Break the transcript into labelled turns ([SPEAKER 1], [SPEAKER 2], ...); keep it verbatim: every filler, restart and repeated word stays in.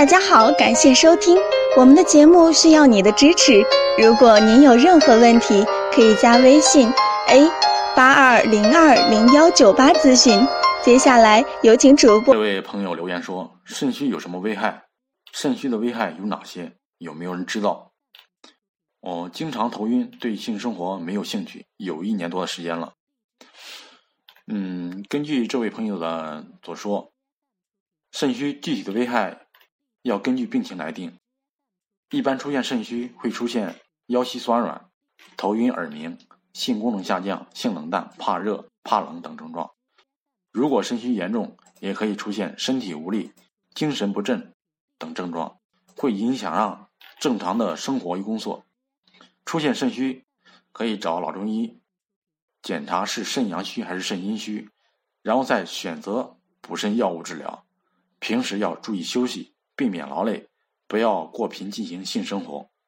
[SPEAKER 1] 大家好，感谢收听我们的节目，需要你的支持。如果您有任何问题，可以加微信 A 八二零二零幺九八咨询。接下来有请主播。
[SPEAKER 2] 这位朋友留言说，肾虚有什么危害？肾虚的危害有哪些？有没有人知道？我、哦、经常头晕，对性生活没有兴趣，有一年多的时间了。嗯，根据这位朋友的所说，肾虚具体的危害要根据病情来定。一般出现肾虚会出现腰膝酸软、头晕耳鸣、性功能下降、性冷淡、怕热、怕冷等症状。如果肾虚严重，也可以出现身体无力、精神不振等症状，会影响让正常的生活与工作。出现肾虚可以找老中医检查是肾阳虚还是肾阴虚，然后再选择补肾药物治疗。平时要注意休息，避免劳累，不要过频进行性生活，